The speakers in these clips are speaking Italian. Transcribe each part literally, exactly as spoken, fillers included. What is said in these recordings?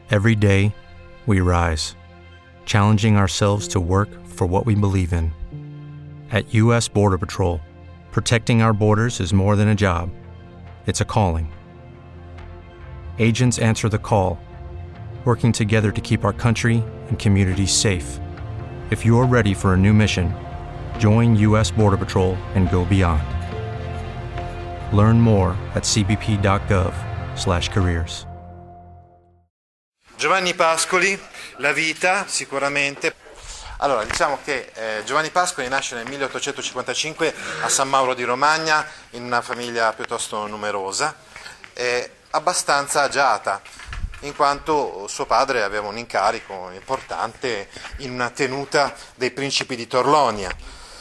Every day, we rise, challenging ourselves to work for what we believe in. At U S Border Patrol, protecting our borders is more than a job, it's a calling. Agents answer the call, working together to keep our country and communities safe. If you are ready for a new mission, join U S Border Patrol and go beyond. Learn more at c b p dot gov slash careers. Giovanni Pascoli, la vita sicuramente. Allora, diciamo che eh, Giovanni Pascoli nasce nel milleottocentocinquantacinque a San Mauro di Romagna in una famiglia piuttosto numerosa e abbastanza agiata, in quanto suo padre aveva un incarico importante in una tenuta dei principi di Torlonia.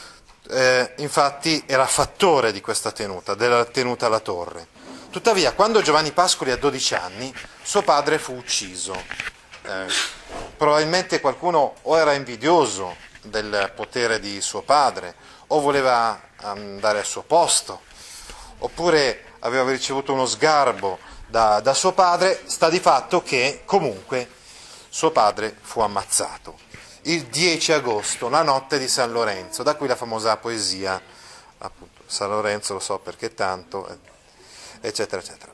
Eh, infatti era fattore di questa tenuta, della tenuta alla torre. Tuttavia, quando Giovanni Pascoli ha dodici anni, suo padre fu ucciso. Eh, probabilmente qualcuno o era invidioso del potere di suo padre, o voleva andare al suo posto, oppure aveva ricevuto uno sgarbo da, da suo padre. Sta di fatto che comunque suo padre fu ammazzato il dieci agosto, la notte di San Lorenzo, da qui la famosa poesia, appunto, San Lorenzo lo so perché tanto, eccetera, eccetera.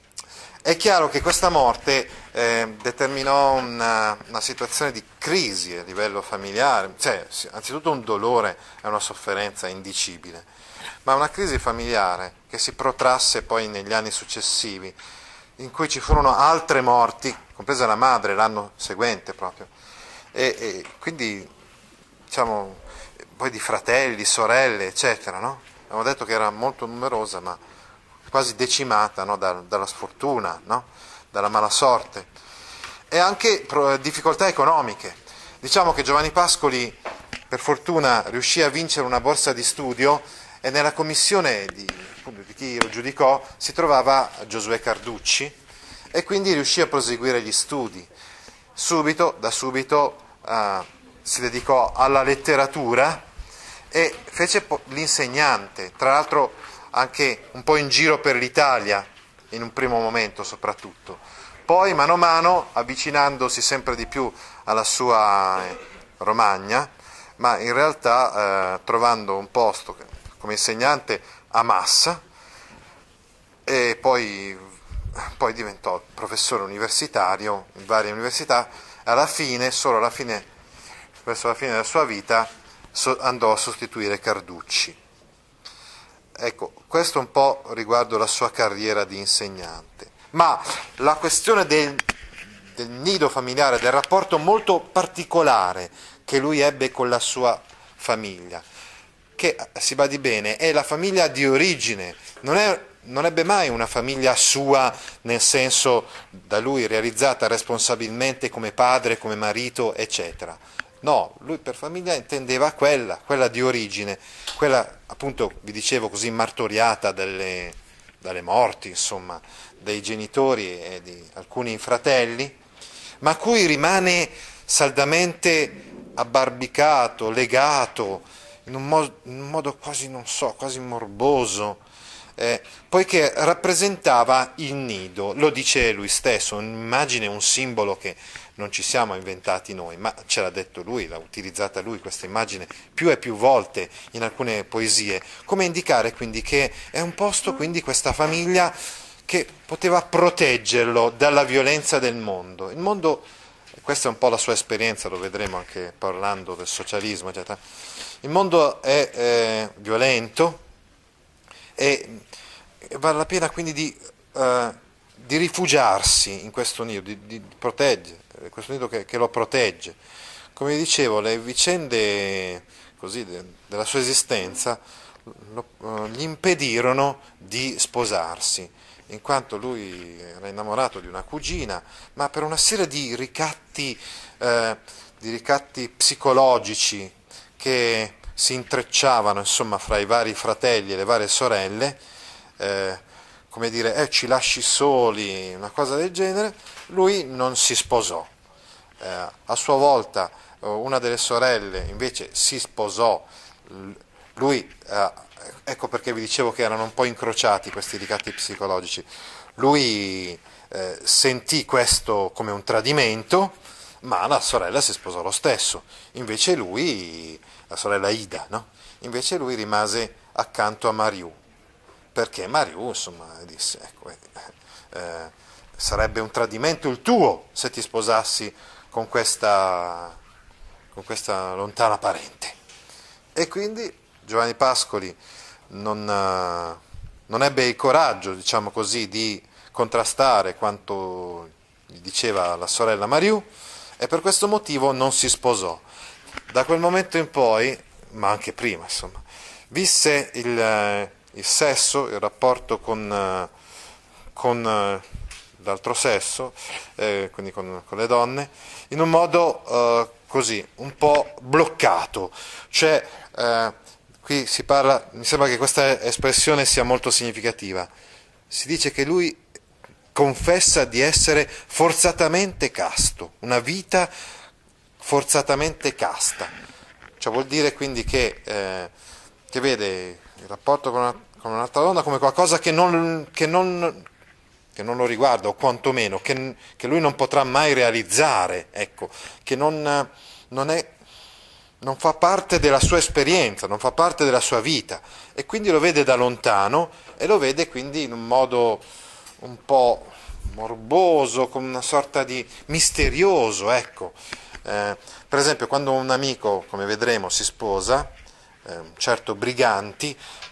È chiaro che questa morte eh, determinò una, una situazione di crisi a livello familiare, cioè anzitutto un dolore e una sofferenza indicibile, ma una crisi familiare che si protrasse poi negli anni successivi, in cui ci furono altre morti, compresa la madre l'anno seguente proprio, e, e quindi diciamo poi di fratelli, di sorelle, eccetera, no? Abbiamo detto che era molto numerosa, ma quasi decimata, no? da, dalla sfortuna, no? Dalla mala sorte, e anche difficoltà economiche. Diciamo che Giovanni Pascoli, per fortuna, riuscì a vincere una borsa di studio e nella commissione di, di chi lo giudicò si trovava Giosuè Carducci e quindi riuscì a proseguire gli studi. Subito, da subito, uh, si dedicò alla letteratura e fece l'insegnante, tra l'altro anche un po' in giro per l'Italia, in un primo momento soprattutto. Poi, mano a mano, avvicinandosi sempre di più alla sua Romagna, ma in realtà eh, trovando un posto come insegnante a Massa, e poi, poi diventò professore universitario in varie università. Alla fine, solo alla fine, verso la fine della sua vita, so, andò a sostituire Carducci. Ecco, questo un po' riguardo la sua carriera di insegnante. Ma la questione del, del nido familiare, del rapporto molto particolare che lui ebbe con la sua famiglia, che, si badi bene, è la famiglia di origine, non, è, non ebbe mai una famiglia sua, nel senso da lui realizzata responsabilmente come padre, come marito, eccetera. No, lui per famiglia intendeva quella, quella di origine, quella appunto, vi dicevo, così martoriata dalle, dalle morti, insomma, dei genitori e di alcuni fratelli, ma a cui rimane saldamente abbarbicato, legato, in un, mo- in un modo quasi, non so, quasi morboso, eh, poiché rappresentava il nido, lo dice lui stesso, un'immagine, un simbolo che non ci siamo inventati noi, ma ce l'ha detto lui, l'ha utilizzata lui questa immagine più e più volte in alcune poesie, come indicare quindi che è un posto, quindi questa famiglia che poteva proteggerlo dalla violenza del mondo. Il mondo, questa è un po' la sua esperienza, lo vedremo anche parlando del socialismo, eccetera. Il mondo è eh, violento e vale la pena quindi di, eh, di rifugiarsi in questo nido, di, di proteggere, questo nido che, che lo protegge. Come dicevo, le vicende così de, della sua esistenza lo, uh, gli impedirono di sposarsi, in quanto lui era innamorato di una cugina, ma per una serie di ricatti, eh, di ricatti psicologici che si intrecciavano, insomma, fra i vari fratelli e le varie sorelle, eh, come dire, eh, ci lasci soli, una cosa del genere, lui non si sposò. Eh, a sua volta una delle sorelle invece si sposò, lui, eh, ecco perché vi dicevo che erano un po' incrociati questi ricatti psicologici, lui eh, sentì questo come un tradimento, ma la sorella si sposò lo stesso. Invece lui, la sorella Ida, no? Invece lui rimase accanto a Mariù, perché Mariù, insomma, disse, ecco, eh, sarebbe un tradimento il tuo se ti sposassi con questa, con questa lontana parente. E quindi Giovanni Pascoli non, non ebbe il coraggio, diciamo così, di contrastare quanto gli diceva la sorella Mariù, e per questo motivo non si sposò. Da quel momento in poi, ma anche prima, insomma, visse il, il sesso, il rapporto con, con l'altro sesso, eh, quindi con, con le donne, in un modo eh, così, un po' bloccato. Cioè, eh, qui si parla, mi sembra che questa espressione sia molto significativa, si dice che lui confessa di essere forzatamente casto, una vita forzatamente casta. Cioè vuol dire quindi che, eh, che vede il rapporto con, una, con un'altra donna come qualcosa che non, che non, che non lo riguarda, o quantomeno che, che lui non potrà mai realizzare, ecco, che non, non, è, non fa parte della sua esperienza, non fa parte della sua vita, e quindi lo vede da lontano, e lo vede quindi in un modo un po' morboso, con una sorta di misterioso, ecco. Eh, per esempio, quando un amico, come vedremo, si sposa, eh, un certo Briganti,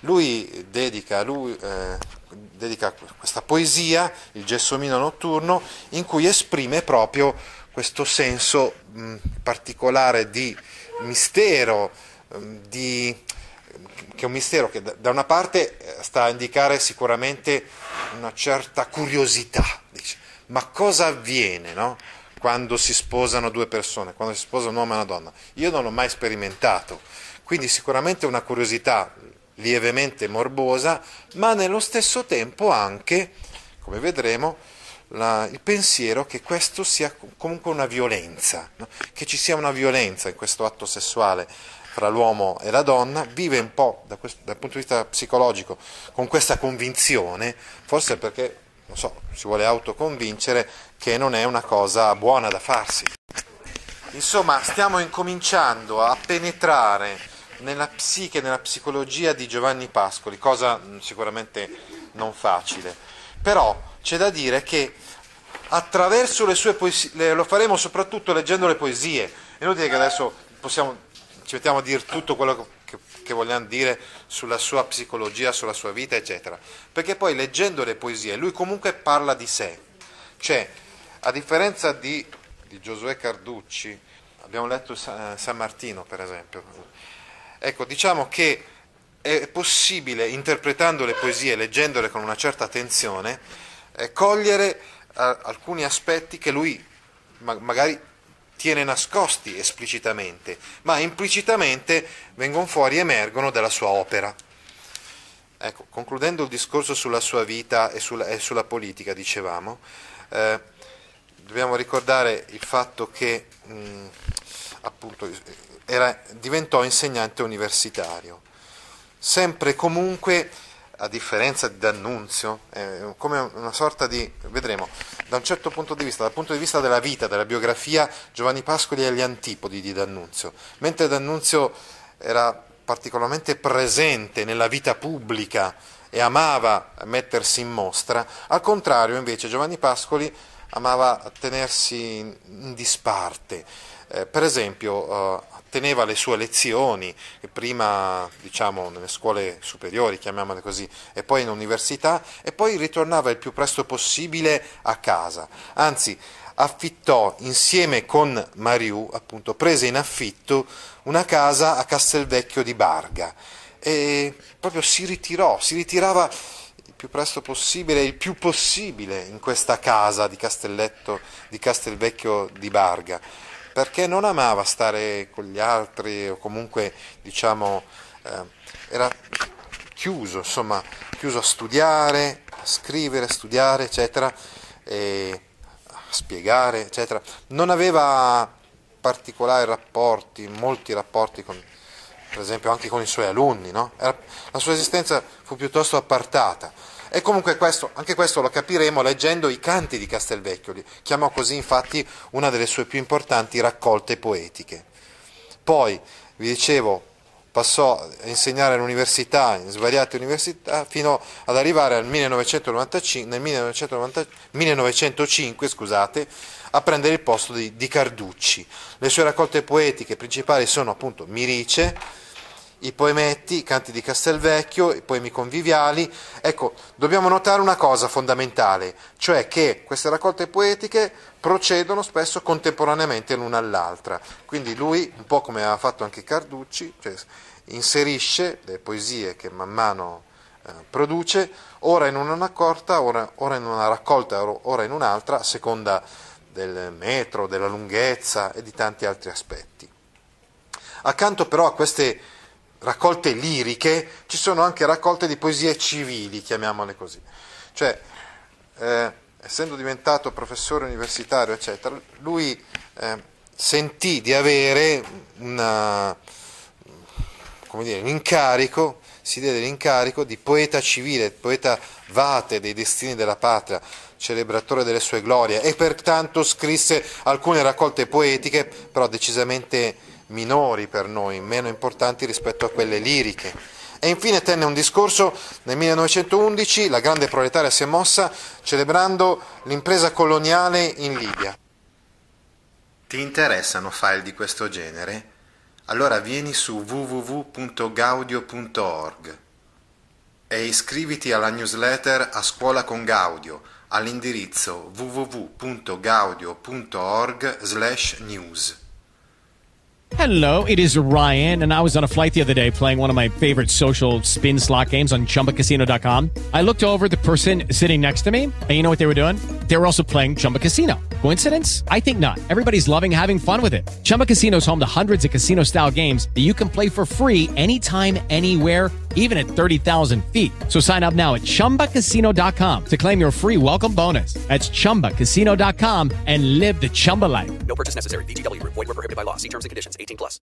lui dedica, lui, eh, dedica questa poesia, il Gelsomino notturno, in cui esprime proprio questo senso mh, particolare di mistero, mh, di, che è un mistero che da una parte sta a indicare sicuramente una certa curiosità, dice, ma cosa avviene, no? Quando si sposano due persone, quando si sposa un uomo e una donna? Io non l'ho mai sperimentato, quindi sicuramente una curiosità lievemente morbosa, ma nello stesso tempo anche, come vedremo, la, il pensiero che questo sia comunque una violenza, no? Che ci sia una violenza in questo atto sessuale fra l'uomo e la donna, vive un po' da questo, dal punto di vista psicologico con questa convinzione, forse perché, non so, si vuole autoconvincere che non è una cosa buona da farsi. Insomma, stiamo incominciando a penetrare nella psiche, nella psicologia di Giovanni Pascoli, cosa sicuramente non facile, però c'è da dire che attraverso le sue poesie, lo faremo soprattutto leggendo le poesie, è inutile che adesso possiamo, ci mettiamo a dire tutto quello che, che vogliamo dire sulla sua psicologia, sulla sua vita, eccetera, perché poi leggendo le poesie lui comunque parla di sé, cioè a differenza di, di Giosuè Carducci, abbiamo letto San Martino per esempio, ecco, diciamo che è possibile, interpretando le poesie, leggendole con una certa attenzione, eh, cogliere eh, alcuni aspetti che lui ma- magari tiene nascosti esplicitamente, ma implicitamente vengono fuori, emergono dalla sua opera. Ecco, concludendo il discorso sulla sua vita e sulla, e sulla politica, dicevamo, eh, dobbiamo ricordare il fatto che mh, appunto era, diventò insegnante universitario, sempre e comunque, a differenza di D'Annunzio, eh, come una sorta di, vedremo, da un certo punto di vista, dal punto di vista della vita, della biografia, Giovanni Pascoli è agli antipodi di D'Annunzio, mentre D'Annunzio era particolarmente presente nella vita pubblica e amava mettersi in mostra, al contrario invece Giovanni Pascoli amava tenersi in disparte, eh, per esempio eh, teneva le sue lezioni, prima diciamo nelle scuole superiori, chiamiamole così, e poi in università, e poi ritornava il più presto possibile a casa, anzi affittò insieme con Mariù, appunto prese in affitto una casa a Castelvecchio di Barga e proprio si ritirò, si ritirava il più presto possibile, il più possibile in questa casa di Castelletto, di Castelvecchio di Barga, perché non amava stare con gli altri, o comunque, diciamo, eh, era chiuso, insomma, chiuso a studiare, a scrivere, a studiare, eccetera, e a spiegare, eccetera. Non aveva particolari rapporti, molti rapporti, con, per esempio, anche con i suoi alunni, no? Era, la sua esistenza fu piuttosto appartata. E comunque questo, anche questo lo capiremo leggendo i Canti di Castelvecchio, chiamò così infatti una delle sue più importanti raccolte poetiche. Poi, vi dicevo, passò a insegnare all'università, in svariate università, fino ad arrivare al millenovecentonovantacinque, nel millenovecentonovanta, millenovecentocinque scusate, a prendere il posto di, di Carducci. Le sue raccolte poetiche principali sono appunto Mirice, i poemetti, i Canti di Castelvecchio, i poemi conviviali. Ecco, dobbiamo notare una cosa fondamentale, cioè che queste raccolte poetiche procedono spesso contemporaneamente l'una all'altra. Quindi lui, un po' come aveva fatto anche Carducci, cioè, inserisce le poesie che man mano eh, produce, ora in una raccolta, ora, ora in una raccolta, ora in un'altra, a seconda del metro, della lunghezza e di tanti altri aspetti. Accanto però a queste raccolte liriche ci sono anche raccolte di poesie civili, chiamiamole così. Cioè, eh, essendo diventato professore universitario, eccetera, lui eh, sentì di avere una, come dire, un incarico, si diede l'incarico di poeta civile, poeta vate dei destini della patria, celebratore delle sue glorie, e pertanto scrisse alcune raccolte poetiche, però decisamente minori per noi, meno importanti rispetto a quelle liriche. E infine tenne un discorso nel millenovecentoundici, la grande proletaria si è mossa celebrando l'impresa coloniale in Libia. Ti interessano file di questo genere? Allora vieni su w w w punto gaudio punto org e iscriviti alla newsletter A Scuola con Gaudio all'indirizzo w w w punto gaudio punto org slash news. Hello, it is Ryan, and I was on a flight the other day playing one of my favorite social spin slot games on chumba casino dot com. I looked over at the person sitting next to me, and you know what they were doing? They were also playing Chumba Casino. Coincidence? I think not. Everybody's loving having fun with it. Chumba Casino is home to hundreds of casino-style games that you can play for free anytime, anywhere, even at thirty thousand feet. So sign up now at chumba casino dot com to claim your free welcome bonus. That's chumba casino dot com and live the Chumba life. No purchase necessary. V G W. Void where prohibited by law. See terms and conditions. eighteen plus.